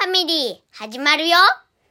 ミリー始まるよ。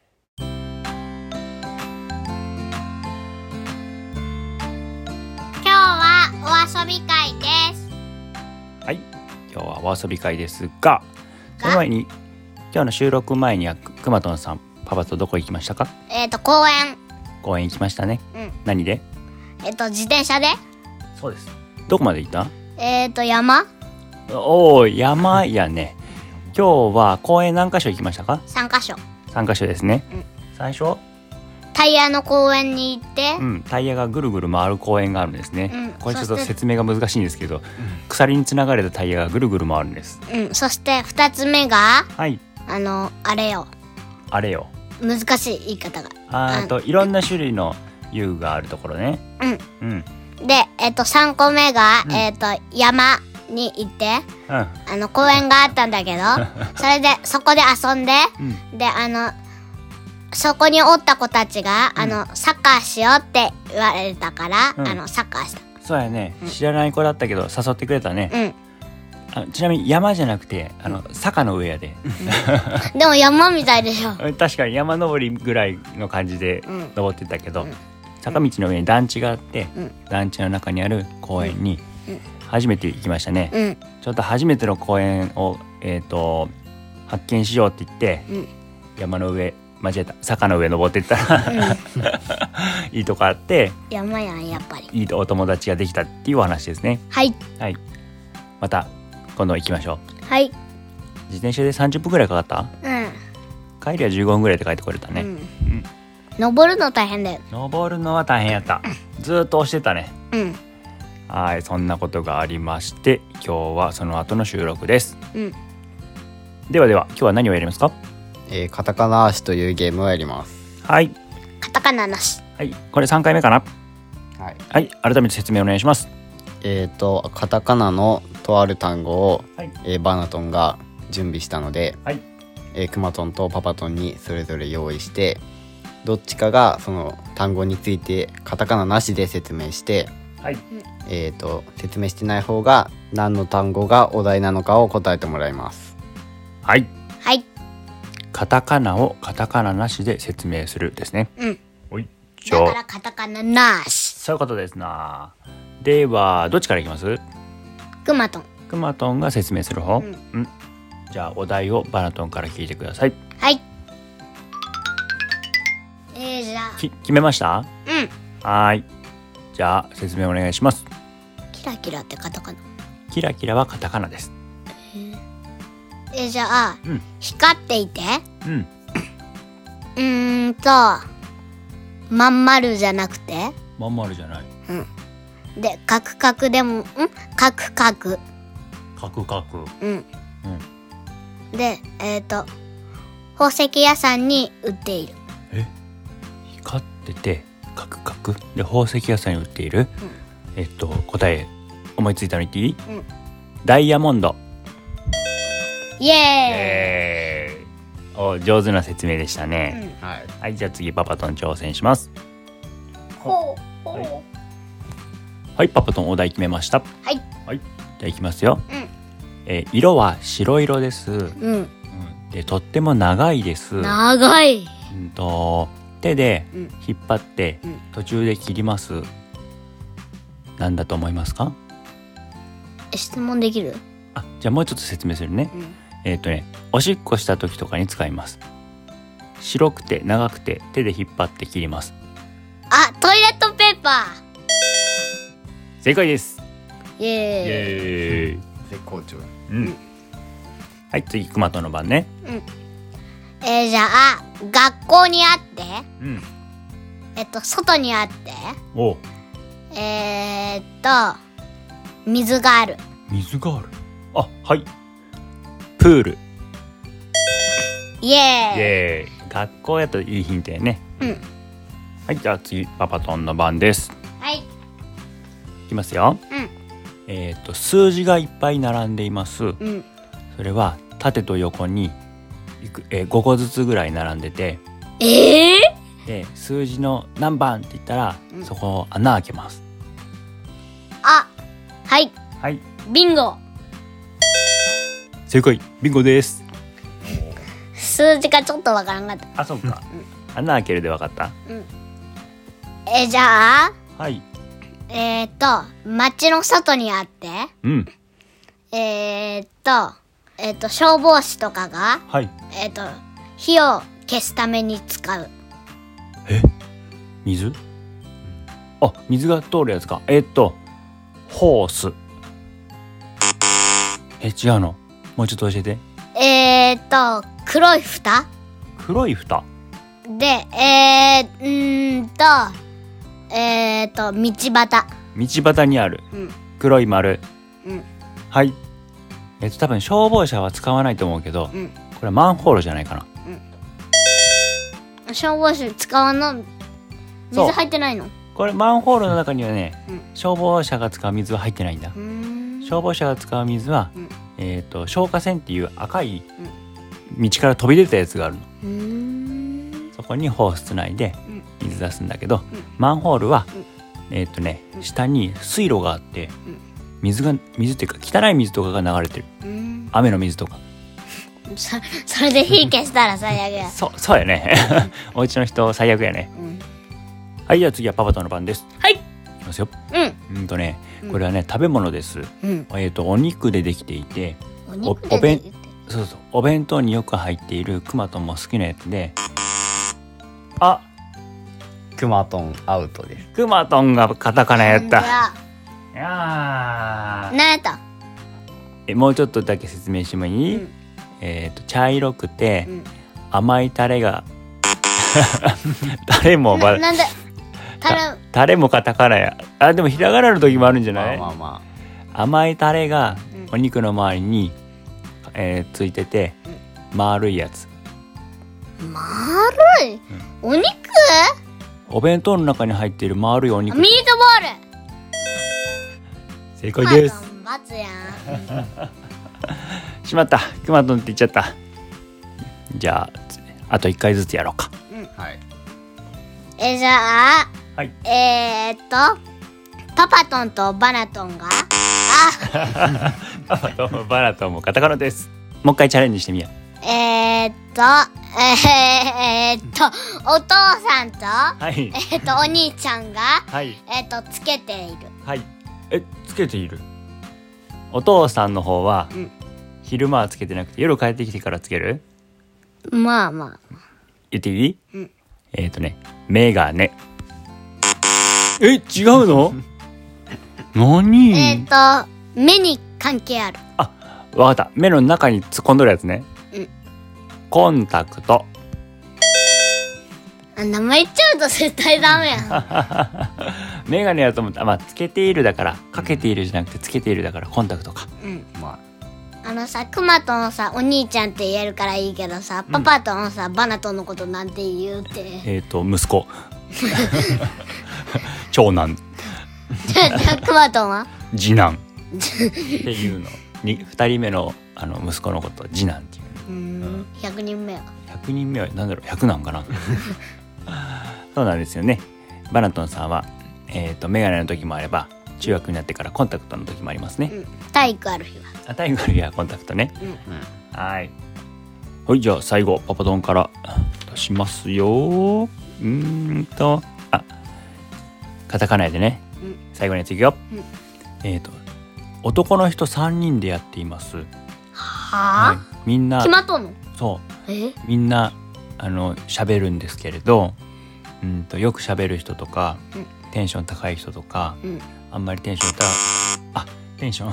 今日はお遊び会です。 はい、今日はお遊び会ですが、その前に今日の収録前にはくまとんさん、パパとどこ行きましたか？ 公園。 公園行きましたね。何で？ 自転車で。 そうです。どこまで行った？ 山。 おー、山やね。今日は公園何カ所行きましたか ？3カ所。 3カ所ですね。最初タイヤの公園に行って、 タイヤがぐるぐる回る公園があるんですね。これちょっと説明が難しいんですけど、鎖につながれたタイヤがぐるぐる回るんです。 そして2つ目が、 はい、 あれよ。難しい言い方が。 いろんな種類の遊具があるところね。 で、3個目が、山に行って、公園があったんだけどそれでそこで遊んで、でそこにおった子たちが、サッカーしようって言われたから、サッカーした。 そうやね、知らない子だったけど誘ってくれたね。ちなみに山じゃなくて坂の上やで、 でも山みたいでしょ。 確かに山登りぐらいの感じで登ってたけど、坂道の上に団地があって、団地の中にある公園に初めて行きましたね。ちょっと初めての公園を、発見しようって言って、山の上間違えた、坂の上登ってったら、いいとこあって山やん、やっぱりいいお友達ができたっていうお話ですね。 はい、 また今度行きましょう。 はい。 自転車で30分ぐらいかかった？帰りは15分ぐらいで帰ってこれたね。 登るの大変だよ。 登るのは大変やった。ずっと押してたね。はい、そんなことがありまして、今日はその後の収録です。では今日は何をやりますか？ カタカナ足というゲームをやります。 はい。 カタカナなし。 はい、これ3回目かな。はい、改めて説明お願いします。 カタカナのとある単語を、バナトンが準備したので、クマトンとパパトンにそれぞれ用意して、どっちかがその単語についてカタカナなしで説明して、説明してない方が何の単語がお題なのかを答えてもらいます。 はい。 カタカナをカタカナなしで説明するですね。 だからカタカナなし。 そういうことですな。ではどっちからいきます？ クマトン。 クマトンが説明する方。じゃあお題をバナトンから聞いてください。 はい。じゃあ決めました？はい。じゃあ説明お願いします。 キラキラってカタカナ。 キラキラはカタカナです。 じゃあ、光っていて、まん丸じゃなくて、 まん丸じゃない。 でカクカクでもカクカク。 カクカク。 で宝石屋さんに売っている。 光っててカクカクで宝石屋さんに売っている。答え思いついたの言っていい？ダイヤモンド。 イエーイ。上手な説明でしたね。はい、じゃあ次パパトン挑戦します。はい、パパトンお題決めました。はい、じゃあいきますよ。色は白色です。でとっても長いです。 長い。 手で引っ張って途中で切ります。何だと思いますか？ 質問できる？ じゃあもうちょっと説明するね。おしっこした時とかに使います。白くて長くて手で引っ張って切ります。 トイレットペーパー。 正解です。 イエーイ。 絶好調。 はい、次クマトンの番ね。 じゃあ学校にあって、外にあって、水がある。 水がある。はい。プール。 イエーイ。 学校やといいヒントやね。はい、じゃあ次パパトンの番です。 はい。 いきますよ。数字がいっぱい並んでいます。それは縦と横に5個ずつぐらい並んでて、で数字の何番って言ったら、そこを穴開けます。 はい。ビンゴ。 正解、ビンゴです。 数字がちょっとわからんかった。 あ、そうか、穴開けるでわかった。 じゃあはい町の外にあって、消防士とかが、 はい、 火を消すために使う。 水？あ、水が通るやつか。ホース。違うの？もうちょっと教えて。 黒い蓋？ 黒い蓋で、道端にある、黒い丸、はい。多分消防車は使わないと思うけど、これはマンホールじゃないかな。消防車使わんの？水入ってないの？ これマンホールの中にはね、消防車が使う水は入ってないんだ。消防車が使う水は、消火栓っていう赤い道から飛び出たやつがあるの。そこにホースつないで水出すんだけど、マンホールは下に水路があって、水っていうか汚い水とかが流れてる。雨の水とか。 それで火消したら最悪や。 そうやね。お家の人最悪やね。はい、じゃあ次はパパとの番です。 はい。 いきますよ。これはね、食べ物です。お肉でできていて、お弁当によく入っているくまとんも好きなやつで、 くまとんアウトです。 くまとんがカタカナやった。 何やった？ もうちょっとだけ説明してもいい？茶色くて、甘いタレがタレもなんでタレもカタカナや。でもひらがなの時もあるんじゃない？甘いタレがお肉の周りに、ついてて、丸いやつ。 丸い？お肉？ お弁当の中に入っている丸いお肉。 ミートボール。 正解です。 罰やん。 しまった、くまとんって言っちゃった。じゃああと1回ずつやろうか。 はい。 じゃあ、 はい、 パパトンとバナトンがパパトンもバナトンもカタカナです。もう一回チャレンジしてみよう。 お父さんと、 はい、 お兄ちゃんが、 はい、 つけている。 はい。つけている。お父さんの方は、昼間はつけてなくて夜帰ってきてからつける？ まあまあ。 言っていい？メガネ。違うの？何？ 目に関係ある。 わかった。目の中に突っ込んどるやつね。コンタクト。 名前言っちゃうと絶対ダメやん。 メガネやと思った。つけているだから、かけているじゃなくてつけているだからコンタクトか。 くまとんさ、お兄ちゃんって言えるからいいけどさ、パパとのさ、バナトンのことなんて言うて。 息子。長男。 じゃあくまとんは？ 次男。っていうの。2人目の息子のこと次男っていう。 100人目は 100人目は何だろう、100なんかな。そうなんですよね。バナトンさんはメガネの時もあれば、中学になってからコンタクトの時もありますね。 体育ある日は。 体育ある日はコンタクトね。はい。はい、じゃあ最後パパトンから出しますよ。カタカナでね。最後のやついくよ。男の人3人でやっています。 はあ？ みんな決まっとんの？ そう。みんな喋るんですけれど、よく喋る人とか、テンション高い人とか、あんまりテンションテンショ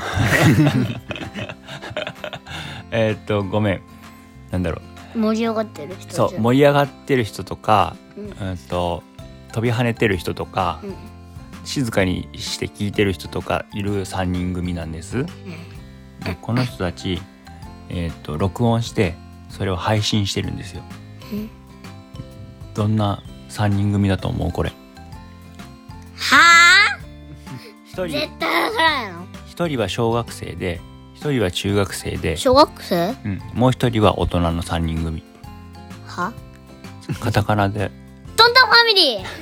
ンごめん、なんだろう、盛り上がってる人。 そう、盛り上がってる人とか、飛び跳ねてる人とか、静かにして聞いてる人とかいる3人組なんです。でこの人たち、録音してそれを配信してるんですよ。どんな3人組だと思う？これ。 はあ？絶対わからんやろ。 1人は小学生で、1人は中学生で。 小学生？ もう1人は大人の3人組。 は？ カタカナで。 トントンファミリー。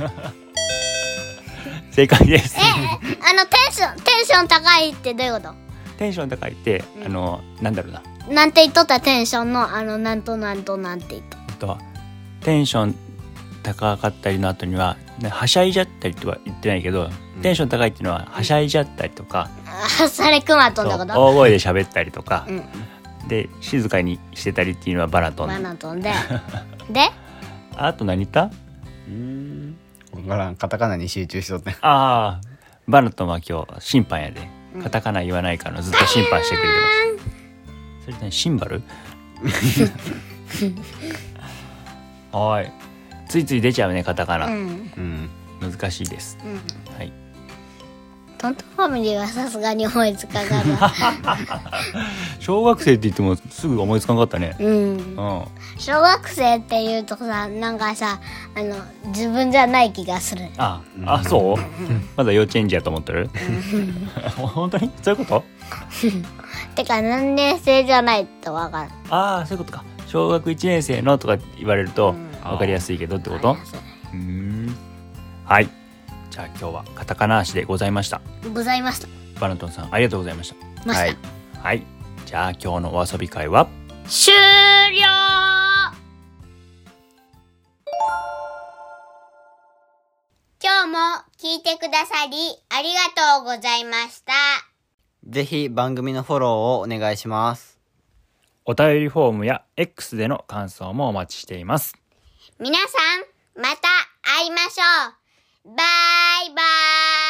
正解です。 テンション高いってどういうこと？ テンション高いって、なんだろうな、 なんて言っとった？テンションのなんて言っと？ テンション高かったりの後にははしゃいじゃったりとは言ってないけど、テンション高いっていうのははしゃいじゃったりとか、 それクマトンだこと？ 大声で喋ったりとか、で静かにしてたりっていうのはバナトンでであと何言った？ 分からん、カタカナに集中しとって。 ああ、バナトンは今日審判やで、カタカナ言わないからずっと審判してくれてます。それ何、シンバル？はい、ついつい出ちゃうねカタカナ。難しいです。はい。 トントンファミリーはさすがに思いつかない。 小学生って言ってもすぐ思いつかなかったね。 小学生っていうとさ、なんかさ、自分じゃない気がする。 そう？まだ幼稚園児やと思ってる？本当に？そういうこと？ てか何年生じゃないとわかる。 そういうことか。小学1年生のとか言われるとわかりやすいけどってこと？はい。じゃあ今日はカタカナ足でございました。バナトンさんありがとうございました。はい。じゃあ今日のお遊び会は終了。今日も聞いてくださりありがとうございました。 ぜひ番組のフォローをお願いします。 お便りフォームや X での感想もお待ちしています。 皆さんまた会いましょう。バイバイ。